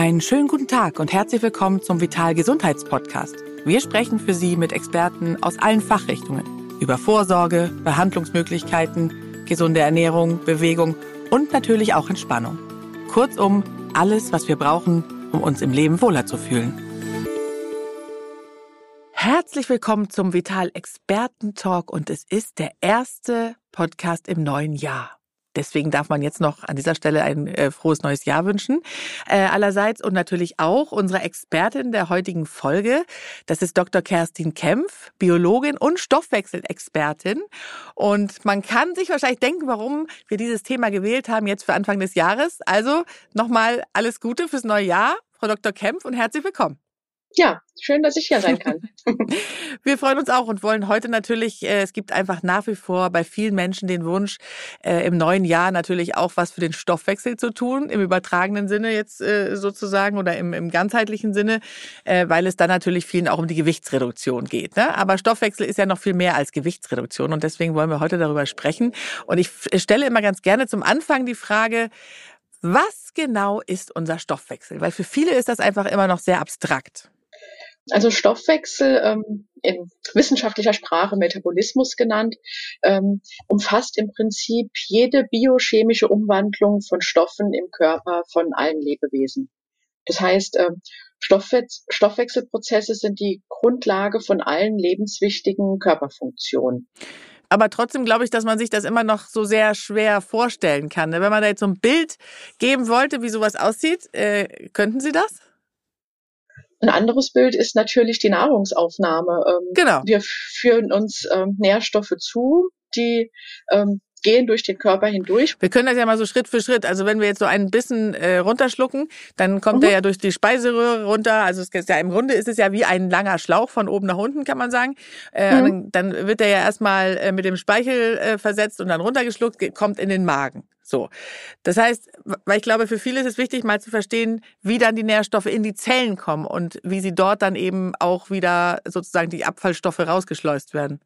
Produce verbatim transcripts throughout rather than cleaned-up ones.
Einen schönen guten Tag und herzlich willkommen zum Vital Gesundheitspodcast. Wir sprechen für Sie mit Experten aus allen Fachrichtungen über Vorsorge, Behandlungsmöglichkeiten, gesunde Ernährung, Bewegung und natürlich auch Entspannung. Kurzum, alles, was wir brauchen, um uns im Leben wohler zu fühlen. Herzlich willkommen zum Vital Experten Talk und es ist der erste Podcast im neuen Jahr. Deswegen darf man jetzt noch an dieser Stelle ein äh, frohes neues Jahr wünschen. Äh, allerseits und natürlich auch unserer Expertin der heutigen Folge. Das ist Doktor Kerstin Kempf, Biologin und Stoffwechselexpertin. Und man kann sich wahrscheinlich denken, warum wir dieses Thema gewählt haben jetzt für Anfang des Jahres. Also nochmal alles Gute fürs neue Jahr, Frau Doktor Kempf, und herzlich willkommen. Ja, schön, dass ich hier sein kann. Wir freuen uns auch und wollen heute natürlich, äh, es gibt einfach nach wie vor bei vielen Menschen den Wunsch, äh, im neuen Jahr natürlich auch was für den Stoffwechsel zu tun, im übertragenen Sinne jetzt äh, sozusagen oder im, im ganzheitlichen Sinne, äh, weil es dann natürlich vielen auch um die Gewichtsreduktion geht. Ne? Aber Stoffwechsel ist ja noch viel mehr als Gewichtsreduktion und deswegen wollen wir heute darüber sprechen. Und ich stelle immer ganz gerne zum Anfang die Frage, was genau ist unser Stoffwechsel? Weil für viele ist das einfach immer noch sehr abstrakt. Also Stoffwechsel, ähm, in wissenschaftlicher Sprache Metabolismus genannt, ähm, umfasst im Prinzip jede biochemische Umwandlung von Stoffen im Körper von allen Lebewesen. Das heißt, ähm, Stoffwe- Stoffwechselprozesse sind die Grundlage von allen lebenswichtigen Körperfunktionen. Aber trotzdem glaube ich, dass man sich das immer noch so sehr schwer vorstellen kann. Wenn man da jetzt so ein Bild geben wollte, wie sowas aussieht, äh, könnten Sie das? Ein anderes Bild ist natürlich die Nahrungsaufnahme. Ähm, genau. Wir führen uns ähm, Nährstoffe zu, die ähm, gehen durch den Körper hindurch. Wir können das ja mal so Schritt für Schritt. Also wenn wir jetzt so einen Bissen äh, runterschlucken, dann kommt mhm. er ja durch die Speiseröhre runter. Also es ist ja im Grunde ist es ja wie ein langer Schlauch von oben nach unten, kann man sagen. Äh, mhm. dann, dann wird er ja erstmal äh, mit dem Speichel äh, versetzt und dann runtergeschluckt, kommt in den Magen. So. Das heißt, weil ich glaube, für viele ist es wichtig, mal zu verstehen, wie dann die Nährstoffe in die Zellen kommen und wie sie dort dann eben auch wieder sozusagen die Abfallstoffe rausgeschleust werden.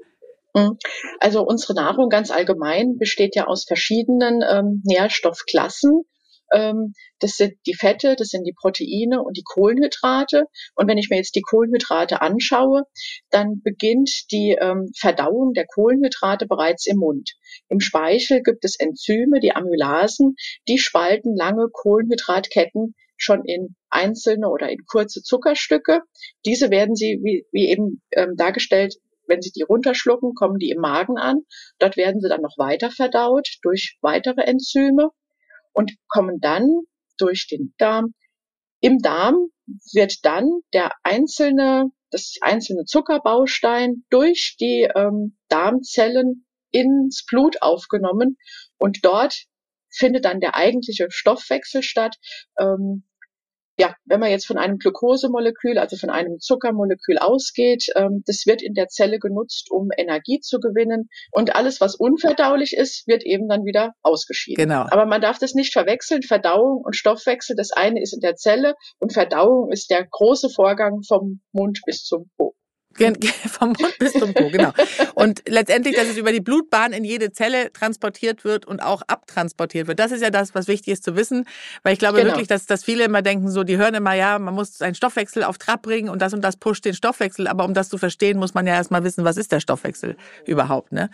Also unsere Nahrung ganz allgemein besteht ja aus verschiedenen ähm, Nährstoffklassen. Ähm, das sind die Fette, das sind die Proteine und die Kohlenhydrate. Und wenn ich mir jetzt die Kohlenhydrate anschaue, dann beginnt die ähm, Verdauung der Kohlenhydrate bereits im Mund. Im Speichel gibt es Enzyme, die Amylasen, die spalten lange Kohlenhydratketten schon in einzelne oder in kurze Zuckerstücke. Diese werden sie, wie, wie eben ähm, dargestellt, wenn Sie die runterschlucken, kommen die im Magen an. Dort werden sie dann noch weiter verdaut durch weitere Enzyme und kommen dann durch den Darm. Im Darm wird dann der einzelne, das einzelne Zuckerbaustein durch die ähm, Darmzellen ins Blut aufgenommen und dort findet dann der eigentliche Stoffwechsel statt. Ähm, Ja, wenn man jetzt von einem Glukosemolekül, also von einem Zuckermolekül ausgeht, ähm, das wird in der Zelle genutzt, um Energie zu gewinnen. Und alles, was unverdaulich ist, wird eben dann wieder ausgeschieden. Genau. Aber man darf das nicht verwechseln, Verdauung und Stoffwechsel. Das eine ist in der Zelle und Verdauung ist der große Vorgang vom Mund bis zum Po. Vom Mund bis zum Po, genau. Und letztendlich, dass es über die Blutbahn in jede Zelle transportiert wird und auch abtransportiert wird. Das ist ja das, was wichtig ist zu wissen, weil ich glaube genau. wirklich, dass, dass viele immer denken, so, die hören immer, ja, man muss seinen Stoffwechsel auf Trab bringen und das und das pusht den Stoffwechsel. Aber um das zu verstehen, muss man ja erstmal wissen, was ist der Stoffwechsel überhaupt, ne?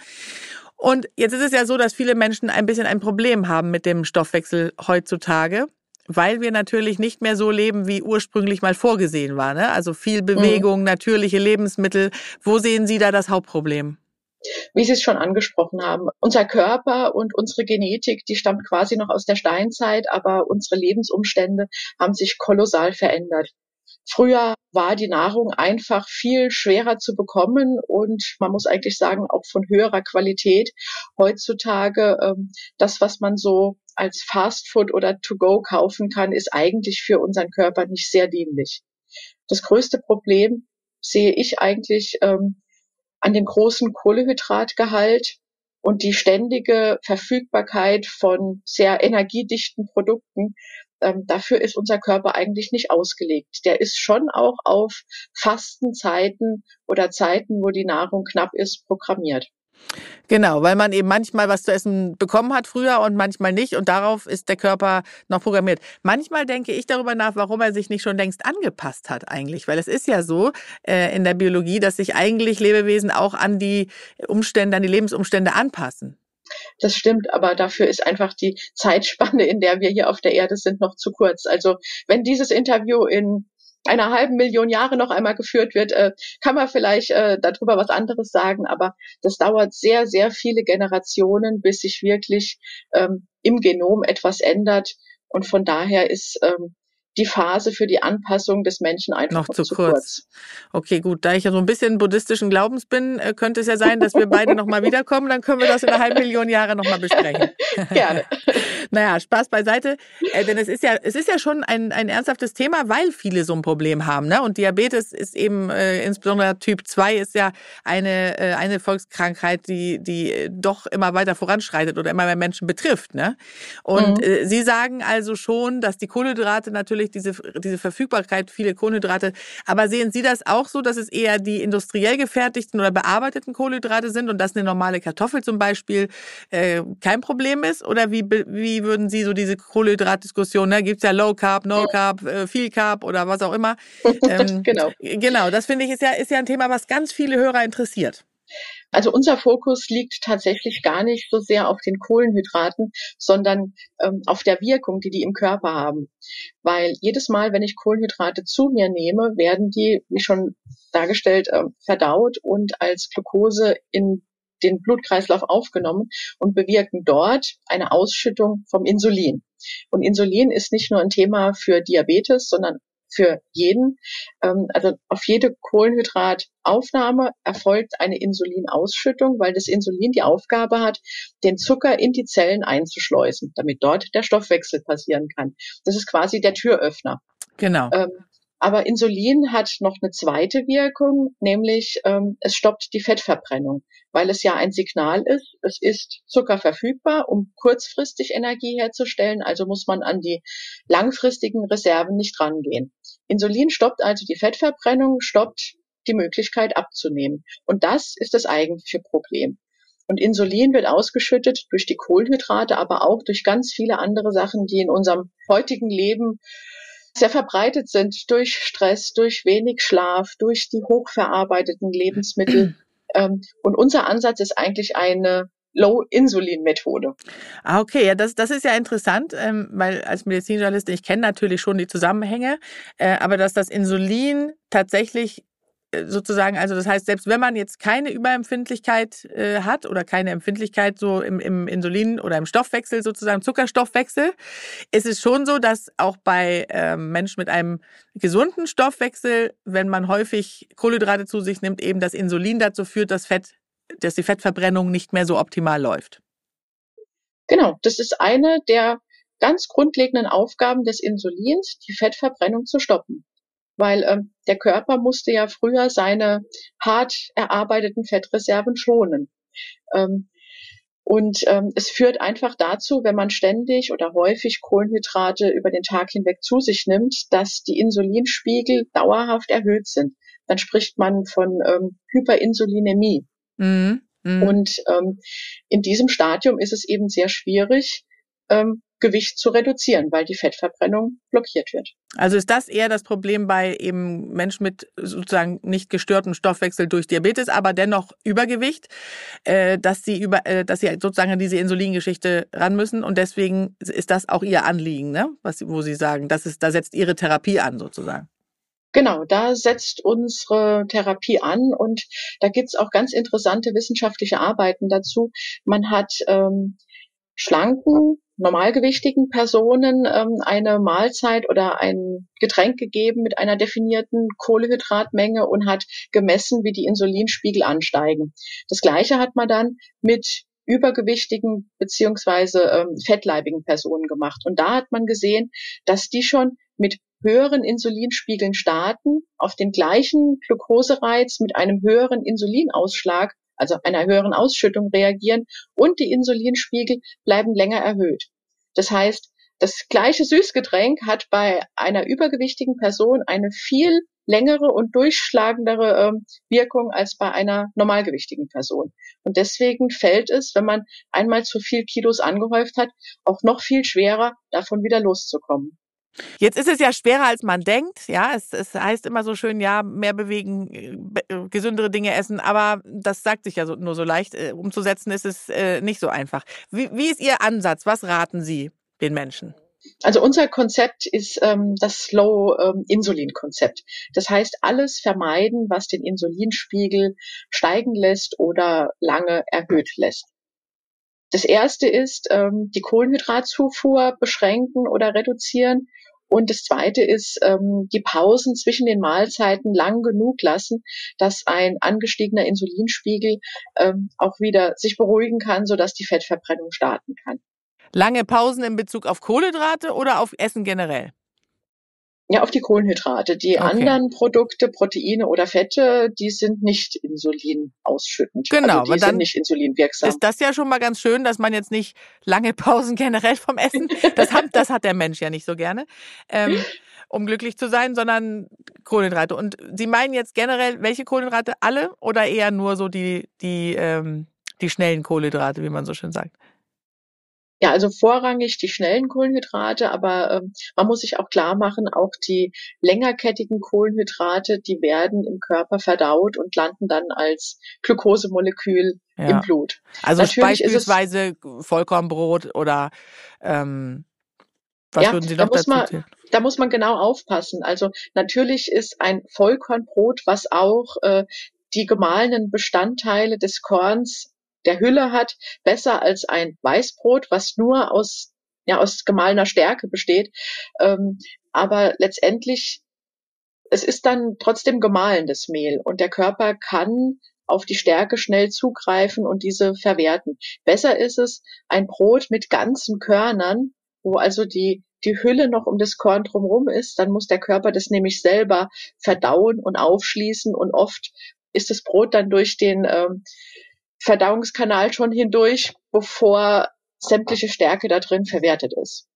Und jetzt ist es ja so, dass viele Menschen ein bisschen ein Problem haben mit dem Stoffwechsel heutzutage, weil wir natürlich nicht mehr so leben, wie ursprünglich mal vorgesehen war, ne? Also viel Bewegung, mhm. natürliche Lebensmittel. Wo sehen Sie da das Hauptproblem? Wie Sie es schon angesprochen haben, unser Körper und unsere Genetik, die stammt quasi noch aus der Steinzeit, aber unsere Lebensumstände haben sich kolossal verändert. Früher war die Nahrung einfach viel schwerer zu bekommen und man muss eigentlich sagen, auch von höherer Qualität. Heutzutage, ähm, das, was man so als Fastfood oder To-Go kaufen kann, ist eigentlich für unseren Körper nicht sehr dienlich. Das größte Problem sehe ich eigentlich ähm, an dem großen Kohlehydratgehalt und die ständige Verfügbarkeit von sehr energiedichten Produkten. Ähm, dafür ist unser Körper eigentlich nicht ausgelegt. Der ist schon auch auf Fastenzeiten oder Zeiten, wo die Nahrung knapp ist, programmiert. Genau, weil man eben manchmal was zu essen bekommen hat früher und manchmal nicht und darauf ist der Körper noch programmiert. Manchmal denke ich darüber nach, warum er sich nicht schon längst angepasst hat eigentlich, weil es ist ja so äh, in der Biologie, dass sich eigentlich Lebewesen auch an die Umstände, an die Lebensumstände anpassen. Das stimmt, aber dafür ist einfach die Zeitspanne, in der wir hier auf der Erde sind, noch zu kurz. Also wenn dieses Interview in einer halben Million Jahre noch einmal geführt wird, äh, kann man vielleicht äh, darüber was anderes sagen, aber das dauert sehr, sehr viele Generationen, bis sich wirklich ähm, im Genom etwas ändert und von daher ist ähm, die Phase für die Anpassung des Menschen einfach noch, noch zu, zu kurz. kurz. Okay, gut. Da ich ja so ein bisschen buddhistischen Glaubens bin, könnte es ja sein, dass wir beide nochmal wiederkommen. Dann können wir das in einer halben Million Jahre nochmal besprechen. Gerne. Naja, Spaß beiseite. Äh, denn es ist ja, es ist ja schon ein, ein ernsthaftes Thema, weil viele so ein Problem haben. Ne? Und Diabetes ist eben, äh, insbesondere Typ zwei ist ja eine, äh, eine Volkskrankheit, die, die doch immer weiter voranschreitet oder immer mehr Menschen betrifft. Ne? Und mhm. äh, Sie sagen also schon, dass die Kohlenhydrate natürlich diese, diese Verfügbarkeit, viele Kohlenhydrate. Aber sehen Sie das auch so, dass es eher die industriell gefertigten oder bearbeiteten Kohlenhydrate sind und dass eine normale Kartoffel zum Beispiel äh, kein Problem ist? Oder wie, wie würden Sie so diese Kohlenhydratdiskussion, ne? Gibt es ja Low Carb, No Carb, äh, viel Carb oder was auch immer. Ähm, genau. Genau, das finde ich ist ja, ist ja ein Thema, was ganz viele Hörer interessiert. Also unser Fokus liegt tatsächlich gar nicht so sehr auf den Kohlenhydraten, sondern ähm, auf der Wirkung, die die im Körper haben. Weil jedes Mal, wenn ich Kohlenhydrate zu mir nehme, werden die, wie schon dargestellt, äh, verdaut und als Glucose in den Blutkreislauf aufgenommen und bewirken dort eine Ausschüttung vom Insulin. Und Insulin ist nicht nur ein Thema für Diabetes, sondern für jeden. Also auf jede Kohlenhydrataufnahme erfolgt eine Insulinausschüttung, weil das Insulin die Aufgabe hat, den Zucker in die Zellen einzuschleusen, damit dort der Stoffwechsel passieren kann. Das ist quasi der Türöffner. Genau. Ähm, aber Insulin hat noch eine zweite Wirkung, nämlich ähm, es stoppt die Fettverbrennung, weil es ja ein Signal ist, es ist Zucker verfügbar, um kurzfristig Energie herzustellen, also muss man an die langfristigen Reserven nicht rangehen. Insulin stoppt also die Fettverbrennung, stoppt die Möglichkeit abzunehmen. Und das ist das eigentliche Problem. Und Insulin wird ausgeschüttet durch die Kohlenhydrate, aber auch durch ganz viele andere Sachen, die in unserem heutigen Leben sehr verbreitet sind, durch Stress, durch wenig Schlaf, durch die hochverarbeiteten Lebensmittel. Und unser Ansatz ist eigentlich eine Low-Insulin-Methode. Ah, okay, ja, das, das ist ja interessant, ähm, weil als Medizinjournalistin, ich kenne natürlich schon die Zusammenhänge, äh, aber dass das Insulin tatsächlich sozusagen, also das heißt, selbst wenn man jetzt keine Überempfindlichkeit äh, hat oder keine Empfindlichkeit so im, im Insulin oder im Stoffwechsel sozusagen, Zuckerstoffwechsel, ist es schon so, dass auch bei ähm, Menschen mit einem gesunden Stoffwechsel, wenn man häufig Kohlenhydrate zu sich nimmt, eben das Insulin dazu führt, dass Fett, dass die Fettverbrennung nicht mehr so optimal läuft. Genau, das ist eine der ganz grundlegenden Aufgaben des Insulins, die Fettverbrennung zu stoppen. Weil ähm, der Körper musste ja früher seine hart erarbeiteten Fettreserven schonen. Ähm, und ähm, es führt einfach dazu, wenn man ständig oder häufig Kohlenhydrate über den Tag hinweg zu sich nimmt, dass die Insulinspiegel dauerhaft erhöht sind. Dann spricht man von ähm, Hyperinsulinämie. Mhm. Mhm. Und ähm, in diesem Stadium ist es eben sehr schwierig, ähm, Gewicht zu reduzieren, weil die Fettverbrennung blockiert wird. Also ist das eher das Problem bei eben Menschen mit sozusagen nicht gestörtem Stoffwechsel durch Diabetes, aber dennoch Übergewicht, äh, dass sie über, äh, dass sie sozusagen an diese Insulingeschichte ran müssen und deswegen ist das auch ihr Anliegen, ne? Was, wo Sie sagen, das ist, da setzt Ihre Therapie an sozusagen. Genau, da setzt unsere Therapie an und da gibt's auch ganz interessante wissenschaftliche Arbeiten dazu. Man hat ähm, schlanken, normalgewichtigen Personen ähm, eine Mahlzeit oder ein Getränk gegeben mit einer definierten Kohlehydratmenge und hat gemessen, wie die Insulinspiegel ansteigen. Das Gleiche hat man dann mit übergewichtigen beziehungsweise ähm, fettleibigen Personen gemacht. Und da hat man gesehen, dass die schon mit höheren Insulinspiegeln starten, auf den gleichen Glukosereiz mit einem höheren Insulinausschlag, also einer höheren Ausschüttung reagieren und die Insulinspiegel bleiben länger erhöht. Das heißt, das gleiche Süßgetränk hat bei einer übergewichtigen Person eine viel längere und durchschlagendere ähm, Wirkung als bei einer normalgewichtigen Person. Und deswegen fällt es, wenn man einmal zu viel Kilos angehäuft hat, auch noch viel schwerer, davon wieder loszukommen. Jetzt ist es ja schwerer, als man denkt. Ja, es, es heißt immer so schön, ja, mehr bewegen, äh, gesündere Dinge essen. Aber das sagt sich ja so, nur so leicht. Äh, umzusetzen ist es äh, nicht so einfach. Wie, wie ist Ihr Ansatz? Was raten Sie den Menschen? Also unser Konzept ist ähm, das Slow-Insulin-Konzept. Das heißt, alles vermeiden, was den Insulinspiegel steigen lässt oder lange erhöht lässt. Das erste ist, ähm, die Kohlenhydratzufuhr beschränken oder reduzieren. Und das zweite ist, ähm, die Pausen zwischen den Mahlzeiten lang genug lassen, dass ein angestiegener Insulinspiegel ähm, auch wieder sich beruhigen kann, sodass die Fettverbrennung starten kann. Lange Pausen in Bezug auf Kohlenhydrate oder auf Essen generell? Ja, auf die Kohlenhydrate. Die okay. anderen Produkte, Proteine oder Fette, die sind nicht insulinausschüttend. Genau, also die dann sind nicht insulinwirksam. Ist das ja schon mal ganz schön, dass man jetzt nicht lange Pausen generell vom Essen, das hat, das hat der Mensch ja nicht so gerne, ähm, um glücklich zu sein, sondern Kohlenhydrate. Und Sie meinen jetzt generell, welche Kohlenhydrate? Alle oder eher nur so die, die, ähm, die schnellen Kohlenhydrate, wie man so schön sagt? Ja, also vorrangig die schnellen Kohlenhydrate, aber ähm, man muss sich auch klar machen, auch die längerkettigen Kohlenhydrate, die werden im Körper verdaut und landen dann als Glukosemolekül ja. im Blut. Also Natürlich beispielsweise ist es, Vollkornbrot oder ähm, was ja, würden Sie noch da muss dazu man, zählen? Da muss man genau aufpassen. Also natürlich ist ein Vollkornbrot, was auch äh, die gemahlenen Bestandteile des Korns der Hülle hat, besser als ein Weißbrot, was nur aus, ja, aus gemahlener Stärke besteht. Ähm, aber letztendlich, es ist dann trotzdem gemahlenes Mehl und der Körper kann auf die Stärke schnell zugreifen und diese verwerten. Besser ist es, ein Brot mit ganzen Körnern, wo also die, die Hülle noch um das Korn drumherum ist, dann muss der Körper das nämlich selber verdauen und aufschließen und oft ist das Brot dann durch den ähm, Verdauungskanal schon hindurch, bevor sämtliche Stärke da drin verwertet ist.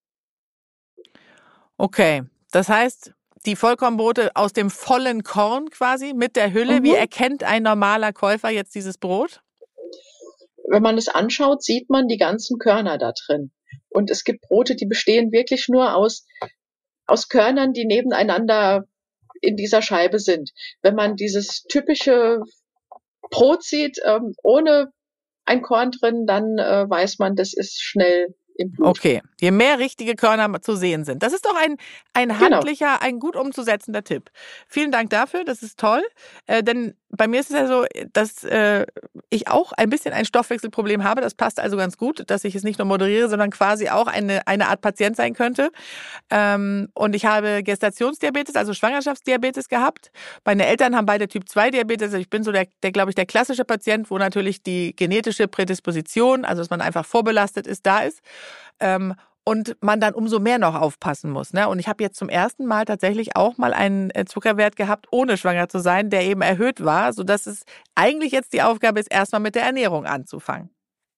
Okay, das heißt, die Vollkornbrote aus dem vollen Korn quasi mit der Hülle. Mhm. Wie erkennt ein normaler Käufer jetzt dieses Brot? Wenn man es anschaut, sieht man die ganzen Körner da drin. Und es gibt Brote, die bestehen wirklich nur aus, aus Körnern, die nebeneinander in dieser Scheibe sind. Wenn man dieses typische Brot sieht, ähm, ohne ein Korn drin, dann äh, weiß man, das ist schnell im Blut. Okay, je mehr richtige Körner zu sehen sind. Das ist doch ein, ein handlicher, genau. ein gut umzusetzender Tipp. Vielen Dank dafür, das ist toll. Äh, denn bei mir ist es ja so, dass äh, ich auch ein bisschen ein Stoffwechselproblem habe. Das passt also ganz gut, dass ich es nicht nur moderiere, sondern quasi auch eine, eine Art Patient sein könnte. Ähm, und ich habe Gestationsdiabetes, also Schwangerschaftsdiabetes gehabt. Meine Eltern haben beide Typ zwei Diabetes. Also ich bin so der, der glaube ich, der klassische Patient, wo natürlich die genetische Prädisposition, also dass man einfach vorbelastet ist, da ist. Ähm, und man dann umso mehr noch aufpassen muss. Ne? Und ich habe jetzt zum ersten Mal tatsächlich auch mal einen Zuckerwert gehabt, ohne schwanger zu sein, der eben erhöht war, sodass es eigentlich jetzt die Aufgabe ist, erstmal mit der Ernährung anzufangen.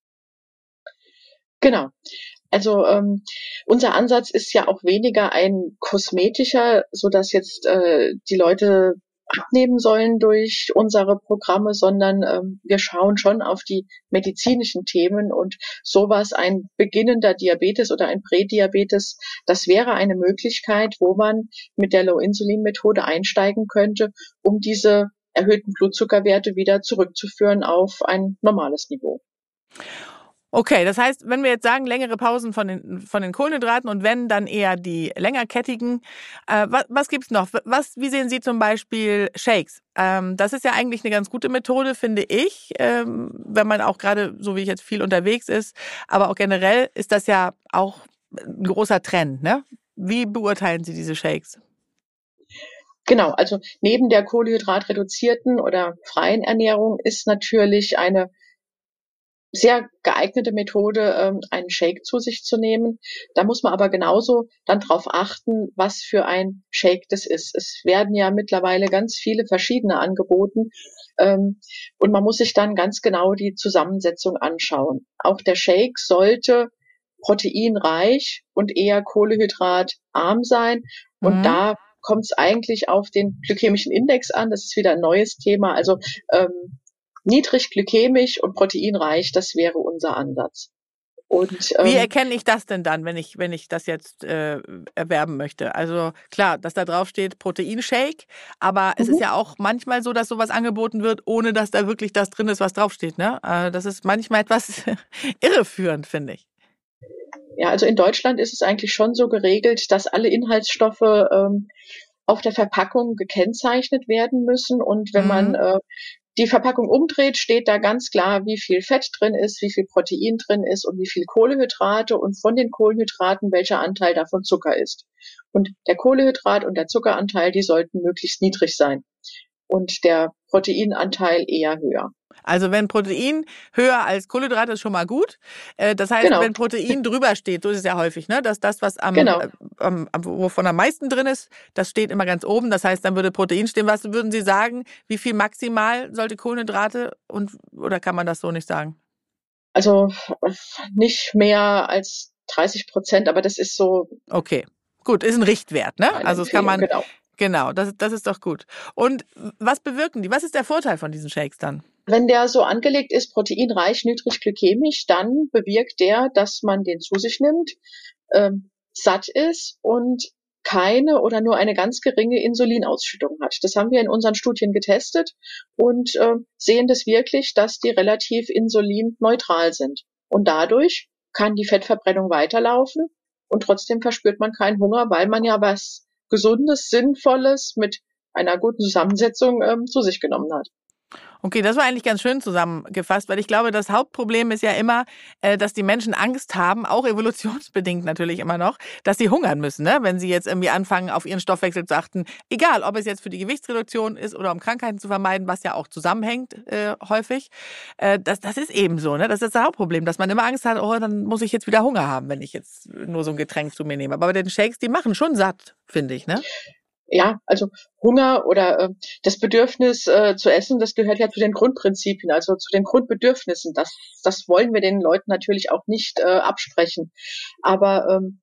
Genau. Also ähm, unser Ansatz ist ja auch weniger ein kosmetischer, so dass jetzt äh, die Leute abnehmen sollen durch unsere Programme, sondern ähm, wir schauen schon auf die medizinischen Themen und sowas, ein beginnender Diabetes oder ein Prädiabetes, das wäre eine Möglichkeit, wo man mit der Low-Insulin-Methode einsteigen könnte, um diese erhöhten Blutzuckerwerte wieder zurückzuführen auf ein normales Niveau. Okay, das heißt, wenn wir jetzt sagen, längere Pausen von den, von den Kohlenhydraten und wenn, dann eher die längerkettigen. Äh, was was gibt's noch? Was, wie sehen Sie zum Beispiel Shakes? Ähm, das ist ja eigentlich eine ganz gute Methode, finde ich, ähm, wenn man auch gerade, so wie ich jetzt viel unterwegs ist, aber auch generell ist das ja auch ein großer Trend, ne? Wie beurteilen Sie diese Shakes? Genau, also neben der kohlenhydratreduzierten oder freien Ernährung ist natürlich eine sehr geeignete Methode, ähm, einen Shake zu sich zu nehmen. Da muss man aber genauso dann drauf achten, was für ein Shake das ist. Es werden ja mittlerweile ganz viele verschiedene angeboten, ähm, und man muss sich dann ganz genau die Zusammensetzung anschauen. Auch der Shake sollte proteinreich und eher kohlenhydratarm sein. Und mhm. da kommt es eigentlich auf den glykämischen Index an. Das ist wieder ein neues Thema. Also ähm, niedrig glykämisch und proteinreich, das wäre unser Ansatz. Und, ähm, Wie erkenne ich das denn dann, wenn ich, wenn ich das jetzt äh, erwerben möchte? Also klar, dass da drauf steht Proteinshake, aber mhm. es ist ja auch manchmal so, dass sowas angeboten wird, ohne dass da wirklich das drin ist, was draufsteht. Ne? Äh, das ist manchmal etwas irreführend, finde ich. Ja, also in Deutschland ist es eigentlich schon so geregelt, dass alle Inhaltsstoffe ähm, auf der Verpackung gekennzeichnet werden müssen. Und wenn mhm. man äh, die Verpackung umdreht, steht da ganz klar, wie viel Fett drin ist, wie viel Protein drin ist und wie viel Kohlenhydrate und von den Kohlenhydraten welcher Anteil davon Zucker ist. Und der Kohlehydrat- und der Zuckeranteil, die sollten möglichst niedrig sein und der Proteinanteil eher höher. Also wenn Protein höher als Kohlenhydrate ist schon mal gut. Das heißt, genau. wenn Protein drüber steht, so ist es ja häufig, ne, dass das, was am, genau. am, am wovon am meisten drin ist, das steht immer ganz oben. Das heißt, dann würde Protein stehen. Was würden Sie sagen? Wie viel maximal sollte Kohlenhydrate und oder kann man das so nicht sagen? Also nicht mehr als dreißig Prozent, aber das ist so. Okay, gut, ist ein Richtwert, ne? Also das kann man. Genau. Genau, das, das ist doch gut. Und was bewirken die? Was ist der Vorteil von diesen Shakes dann? Wenn der so angelegt ist, proteinreich, niedrig glykämisch, dann bewirkt der, dass man den zu sich nimmt, ähm, satt ist und keine oder nur eine ganz geringe Insulinausschüttung hat. Das haben wir in unseren Studien getestet und äh, sehen das wirklich, dass die relativ insulinneutral sind. Und dadurch kann die Fettverbrennung weiterlaufen und trotzdem verspürt man keinen Hunger, weil man ja was Gesundes, Sinnvolles mit einer guten Zusammensetzung ähm, zu sich genommen hat. Okay, das war eigentlich ganz schön zusammengefasst, weil ich glaube, das Hauptproblem ist ja immer, dass die Menschen Angst haben, auch evolutionsbedingt natürlich immer noch, dass sie hungern müssen, ne? Wenn sie jetzt irgendwie anfangen, auf ihren Stoffwechsel zu achten. Egal, ob es jetzt für die Gewichtsreduktion ist oder um Krankheiten zu vermeiden, was ja auch zusammenhängt äh, häufig. Äh, das, das ist eben so, ne? Das ist das Hauptproblem, dass man immer Angst hat, oh, dann muss ich jetzt wieder Hunger haben, wenn ich jetzt nur so ein Getränk zu mir nehme. Aber bei den Shakes, die machen schon satt, finde ich, ne? Ja, also Hunger oder äh, das Bedürfnis äh, zu essen, das gehört ja zu den Grundprinzipien, also zu den Grundbedürfnissen. Das, das wollen wir den Leuten natürlich auch nicht äh, absprechen. Aber ähm,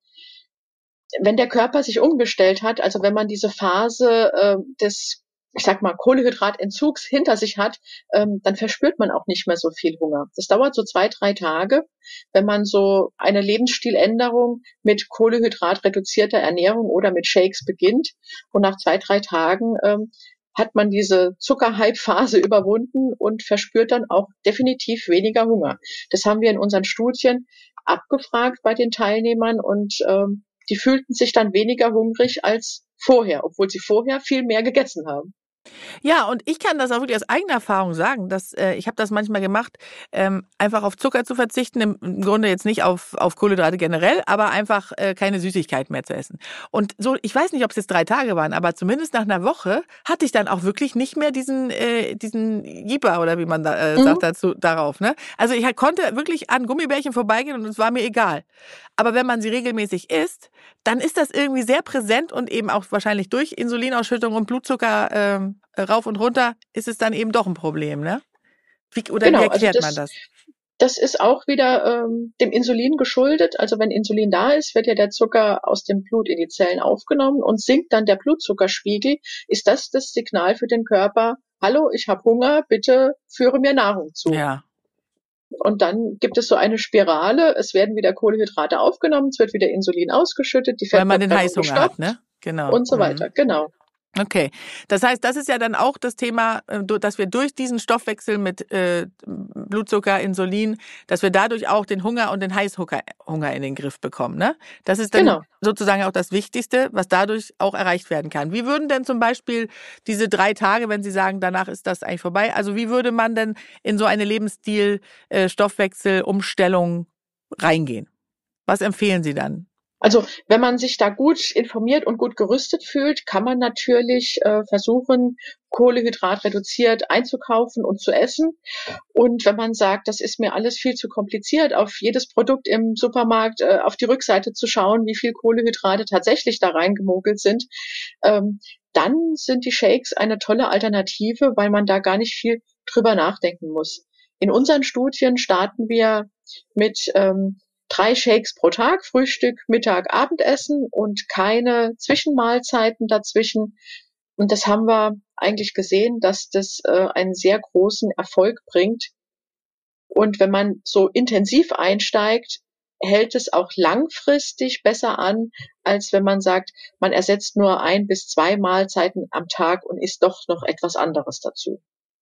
wenn der Körper sich umgestellt hat, also wenn man diese Phase äh, des, ich sag mal, Kohlehydratentzugs hinter sich hat, ähm, dann verspürt man auch nicht mehr so viel Hunger. Das dauert so zwei, drei Tage, wenn man so eine Lebensstiländerung mit kohlehydratreduzierter Ernährung oder mit Shakes beginnt. Und nach zwei, drei Tagen ähm, hat man diese Zuckerhype-Phase überwunden und verspürt dann auch definitiv weniger Hunger. Das haben wir in unseren Studien abgefragt bei den Teilnehmern und ähm, die fühlten sich dann weniger hungrig als vorher, obwohl sie vorher viel mehr gegessen haben. Ja, und ich kann das auch wirklich aus eigener Erfahrung sagen, dass äh, ich habe das manchmal gemacht, ähm, einfach auf Zucker zu verzichten, im, im Grunde jetzt nicht auf, auf Kohlenhydrate generell, aber einfach äh, keine Süßigkeiten mehr zu essen. Und so, ich weiß nicht, ob es jetzt drei Tage waren, aber zumindest nach einer Woche hatte ich dann auch wirklich nicht mehr diesen äh, diesen Jieper oder wie man da äh, mhm. sagt dazu darauf. Ne? Also ich konnte wirklich an Gummibärchen vorbeigehen und es war mir egal. Aber wenn man sie regelmäßig isst, dann ist das irgendwie sehr präsent und eben auch wahrscheinlich durch Insulinausschüttung und Blutzucker ähm, rauf und runter ist es dann eben doch ein Problem, ne? Wie, oder genau, wie erklärt also das, man das? Das ist auch wieder ähm, dem Insulin geschuldet. Also wenn Insulin da ist, wird ja der Zucker aus dem Blut in die Zellen aufgenommen und sinkt dann der Blutzuckerspiegel. Ist das das Signal für den Körper, hallo, ich habe Hunger, bitte führe mir Nahrung zu. Ja. Und dann gibt es so eine Spirale, es werden wieder Kohlenhydrate aufgenommen, es wird wieder Insulin ausgeschüttet, die Fettverbrennung Weil man den Heißhunger hat, ne? Genau. Und so weiter, mhm. genau. Okay, das heißt, das ist ja dann auch das Thema, dass wir durch diesen Stoffwechsel mit äh, Blutzucker, Insulin, dass wir dadurch auch den Hunger und den Heißhunger Hunger in den Griff bekommen. Ne? Das ist dann genau. sozusagen auch das Wichtigste, was dadurch auch erreicht werden kann. Wie würden denn zum Beispiel diese drei Tage, wenn Sie sagen, danach ist das eigentlich vorbei, also wie würde man denn in so eine Lebensstil-Stoffwechsel-Umstellung reingehen? Was empfehlen Sie dann? Also wenn man sich da gut informiert und gut gerüstet fühlt, kann man natürlich äh, versuchen, Kohlehydrat reduziert einzukaufen und zu essen. Und wenn man sagt, das ist mir alles viel zu kompliziert, auf jedes Produkt im Supermarkt äh, auf die Rückseite zu schauen, wie viel Kohlenhydrate tatsächlich da reingemogelt sind, ähm, dann sind die Shakes eine tolle Alternative, weil man da gar nicht viel drüber nachdenken muss. In unseren Studien starten wir mit ähm, drei Shakes pro Tag, Frühstück, Mittag, Abendessen und keine Zwischenmahlzeiten dazwischen. Und das haben wir eigentlich gesehen, dass das äh, einen sehr großen Erfolg bringt. Und wenn man so intensiv einsteigt, hält es auch langfristig besser an, als wenn man sagt, man ersetzt nur ein bis zwei Mahlzeiten am Tag und isst doch noch etwas anderes dazu.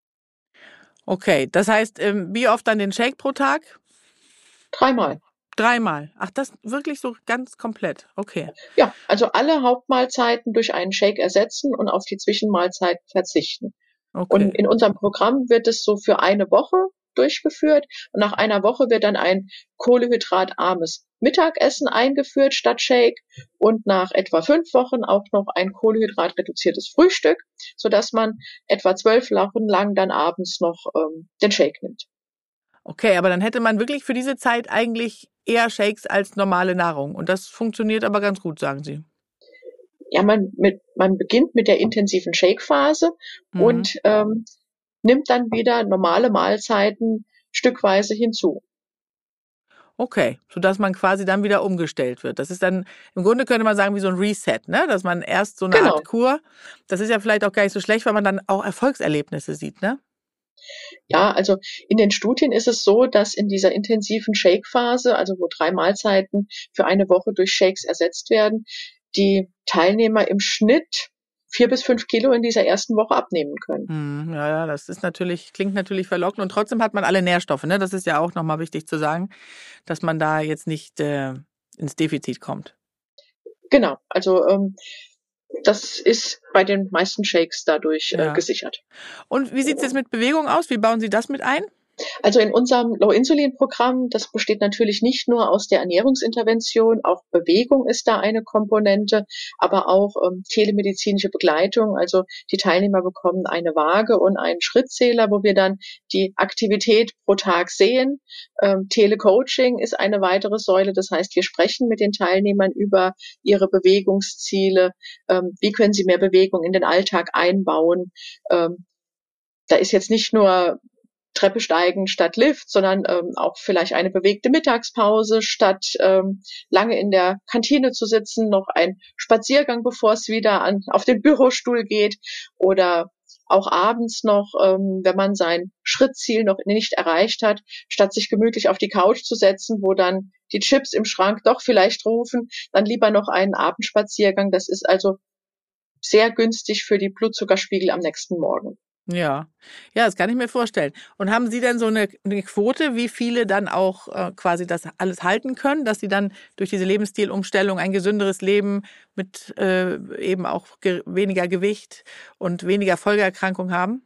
Okay, das heißt, ähm, wie oft dann den Shake pro Tag? Dreimal. Dreimal. Ach, das wirklich so ganz komplett. Okay. Ja, also alle Hauptmahlzeiten durch einen Shake ersetzen und auf die Zwischenmahlzeiten verzichten. Okay. Und in unserem Programm wird es so für eine Woche durchgeführt. Und nach einer Woche wird dann ein kohlenhydratarmes Mittagessen eingeführt statt Shake und nach etwa fünf Wochen auch noch ein kohlenhydratreduziertes Frühstück, sodass man etwa zwölf Wochen lang dann abends noch ähm, den Shake nimmt. Okay, aber dann hätte man wirklich für diese Zeit eigentlich eher Shakes als normale Nahrung. Und das funktioniert aber ganz gut, sagen Sie. Ja, man, mit, man beginnt mit der intensiven Shake-Phase mhm. und ähm, nimmt dann wieder normale Mahlzeiten stückweise hinzu. Okay, sodass man quasi dann wieder umgestellt wird. Das ist dann, im Grunde könnte man sagen, wie so ein Reset, ne? Dass man erst so eine genau. Art Kur, das ist ja vielleicht auch gar nicht so schlecht, weil man dann auch Erfolgserlebnisse sieht, ne? Ja, also in den Studien ist es so, dass in dieser intensiven Shake-Phase, also wo drei Mahlzeiten für eine Woche durch Shakes ersetzt werden, die Teilnehmer im Schnitt vier bis fünf Kilo in dieser ersten Woche abnehmen können. Hm, ja, ja, das ist natürlich, klingt natürlich verlockend und trotzdem hat man alle Nährstoffe, ne? Das ist ja auch nochmal wichtig zu sagen, dass man da jetzt nicht äh, ins Defizit kommt. Genau, also ähm, das ist bei den meisten Shakes dadurch ja. äh, gesichert. Und wie sieht es jetzt mit Bewegung aus? Wie bauen Sie das mit ein? Also in unserem Low-Insulin-Programm, das besteht natürlich nicht nur aus der Ernährungsintervention, auch Bewegung ist da eine Komponente, aber auch ähm, telemedizinische Begleitung. Also die Teilnehmer bekommen eine Waage und einen Schrittzähler, wo wir dann die Aktivität pro Tag sehen. Ähm, Telecoaching ist eine weitere Säule. Das heißt, wir sprechen mit den Teilnehmern über ihre Bewegungsziele. Ähm, wie können sie mehr Bewegung in den Alltag einbauen? Ähm, da ist jetzt nicht nur Treppe steigen statt Lift, sondern ähm, auch vielleicht eine bewegte Mittagspause statt ähm, lange in der Kantine zu sitzen, noch ein Spaziergang, bevor es wieder an, auf den Bürostuhl geht oder auch abends noch, ähm, wenn man sein Schrittziel noch nicht erreicht hat, statt sich gemütlich auf die Couch zu setzen, wo dann die Chips im Schrank doch vielleicht rufen, dann lieber noch einen Abendspaziergang. Das ist also sehr günstig für die Blutzuckerspiegel am nächsten Morgen. Ja, ja, das kann ich mir vorstellen. Und haben Sie denn so eine, eine Quote, wie viele dann auch äh, quasi das alles halten können, dass sie dann durch diese Lebensstilumstellung ein gesünderes Leben mit äh, eben auch ge- weniger Gewicht und weniger Folgeerkrankungen haben?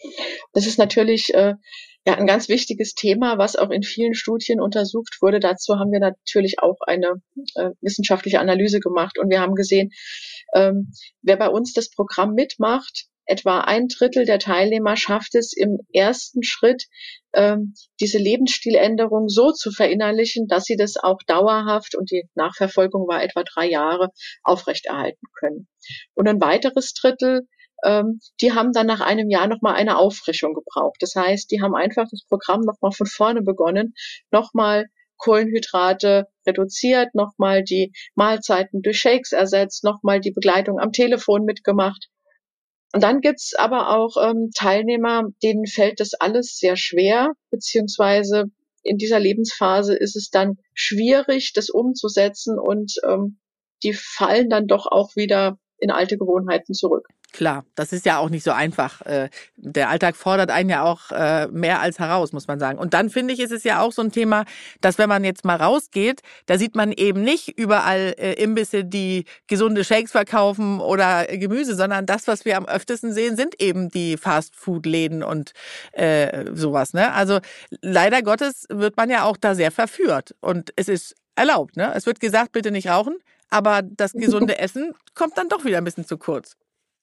Das ist natürlich äh, ja ein ganz wichtiges Thema, was auch in vielen Studien untersucht wurde. Dazu haben wir natürlich auch eine äh, wissenschaftliche Analyse gemacht und wir haben gesehen, ähm, wer bei uns das Programm mitmacht, etwa ein Drittel der Teilnehmer schafft es im ersten Schritt, ähm, diese Lebensstiländerung so zu verinnerlichen, dass sie das auch dauerhaft, und die Nachverfolgung war etwa drei Jahre, aufrechterhalten können. Und ein weiteres Drittel, ähm, die haben dann nach einem Jahr nochmal eine Auffrischung gebraucht. Das heißt, die haben einfach das Programm nochmal von vorne begonnen, nochmal Kohlenhydrate reduziert, nochmal die Mahlzeiten durch Shakes ersetzt, nochmal die Begleitung am Telefon mitgemacht. Und dann gibt's aber auch ähm, Teilnehmer, denen fällt das alles sehr schwer, beziehungsweise in dieser Lebensphase ist es dann schwierig, das umzusetzen und ähm, die fallen dann doch auch wieder in alte Gewohnheiten zurück. Klar, das ist ja auch nicht so einfach. Der Alltag fordert einen ja auch mehr als heraus, muss man sagen. Und dann finde ich, ist es ja auch so ein Thema, dass wenn man jetzt mal rausgeht, da sieht man eben nicht überall Imbisse, die gesunde Shakes verkaufen oder Gemüse, sondern das, was wir am öftesten sehen, sind eben die Fast-Food-Läden und äh, sowas. Ne? Also leider Gottes wird man ja auch da sehr verführt. Und es ist erlaubt. Ne? Es wird gesagt, bitte nicht rauchen, aber das gesunde Essen kommt dann doch wieder ein bisschen zu kurz.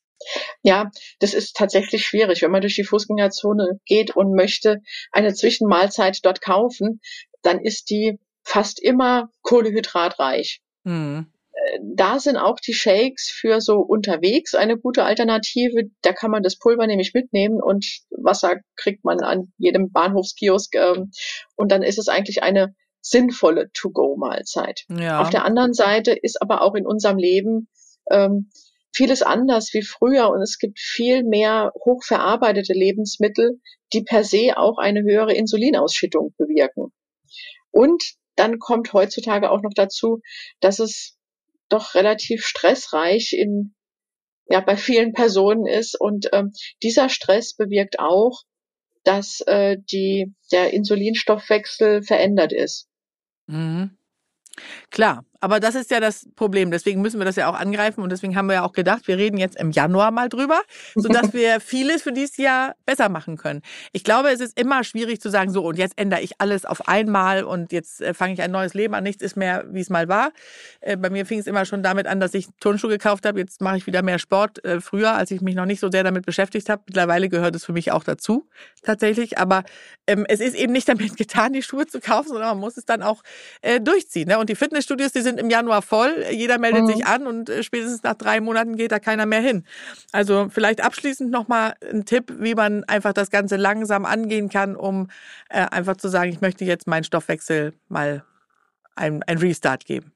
Ja, das ist tatsächlich schwierig, wenn man durch die Fußgängerzone geht und möchte eine Zwischenmahlzeit dort kaufen, dann ist die fast immer kohlehydratreich. Mhm. Da sind auch die Shakes für so unterwegs eine gute Alternative. Da kann man das Pulver nämlich mitnehmen und Wasser kriegt man an jedem Bahnhofskiosk. Und dann ist es eigentlich eine sinnvolle To-Go-Mahlzeit. Ja. Auf der anderen Seite ist aber auch in unserem Leben ähm, vieles anders wie früher und es gibt viel mehr hochverarbeitete Lebensmittel, die per se auch eine höhere Insulinausschüttung bewirken. Und dann kommt heutzutage auch noch dazu, dass es doch relativ stressreich in ja bei vielen Personen ist und ähm, dieser Stress bewirkt auch, dass äh, die der Insulinstoffwechsel verändert ist. Mhm. Klar, aber das ist ja das Problem. Deswegen müssen wir das ja auch angreifen und deswegen haben wir ja auch gedacht, wir reden jetzt im Januar mal drüber, sodass wir vieles für dieses Jahr besser machen können. Ich glaube, es ist immer schwierig zu sagen, so und jetzt ändere ich alles auf einmal und jetzt äh, fange ich ein neues Leben an, nichts ist mehr, wie es mal war. Äh, bei mir fing es immer schon damit an, dass ich Turnschuhe gekauft habe. Jetzt mache ich wieder mehr Sport. Äh, früher, als ich mich noch nicht so sehr damit beschäftigt habe, mittlerweile gehört es für mich auch dazu, tatsächlich. Aber ähm, es ist eben nicht damit getan, die Schuhe zu kaufen, sondern man muss es dann auch äh, durchziehen. Ne? Und die Fitnessstudios, die sind im Januar voll. Jeder meldet mhm. sich an und spätestens nach drei Monaten geht da keiner mehr hin. Also vielleicht abschließend nochmal ein Tipp, wie man einfach das Ganze langsam angehen kann, um äh, einfach zu sagen, ich möchte jetzt meinen Stoffwechsel mal ein, ein Restart geben.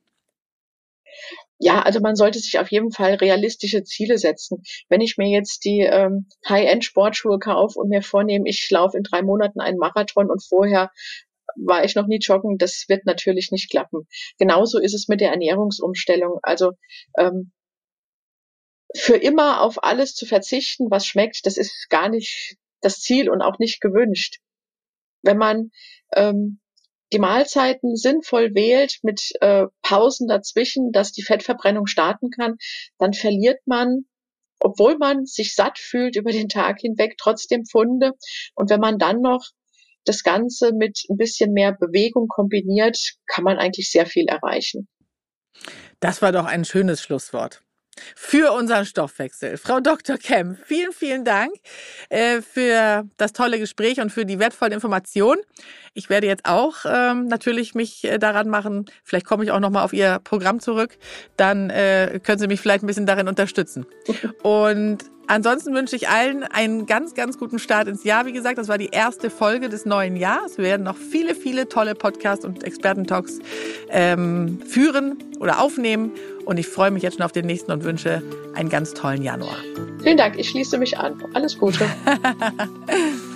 Ja, also man sollte sich auf jeden Fall realistische Ziele setzen. Wenn ich mir jetzt die ähm, High-End-Sportschuhe kaufe und mir vornehme, ich laufe in drei Monaten einen Marathon und vorher war ich noch nie joggen, das wird natürlich nicht klappen. Genauso ist es mit der Ernährungsumstellung. Also ähm, für immer auf alles zu verzichten, was schmeckt, das ist gar nicht das Ziel und auch nicht gewünscht. Wenn man ähm, die Mahlzeiten sinnvoll wählt mit äh, Pausen dazwischen, dass die Fettverbrennung starten kann, dann verliert man, obwohl man sich satt fühlt über den Tag hinweg, trotzdem Pfunde. Und wenn man dann noch das Ganze mit ein bisschen mehr Bewegung kombiniert, kann man eigentlich sehr viel erreichen. Das war doch ein schönes Schlusswort für unseren Stoffwechsel. Frau Doktor Kemp, vielen, vielen Dank äh, für das tolle Gespräch und für die wertvollen Informationen. Ich werde jetzt auch ähm, natürlich mich äh, daran machen, vielleicht komme ich auch nochmal auf Ihr Programm zurück, dann äh, können Sie mich vielleicht ein bisschen darin unterstützen. Und ansonsten wünsche ich allen einen ganz, ganz guten Start ins Jahr. Wie gesagt, das war die erste Folge des neuen Jahres. Wir werden noch viele, viele tolle Podcasts und Expertentalks ähm, führen oder aufnehmen. Und ich freue mich jetzt schon auf den nächsten und wünsche einen ganz tollen Januar. Vielen Dank, ich schließe mich an. Alles Gute.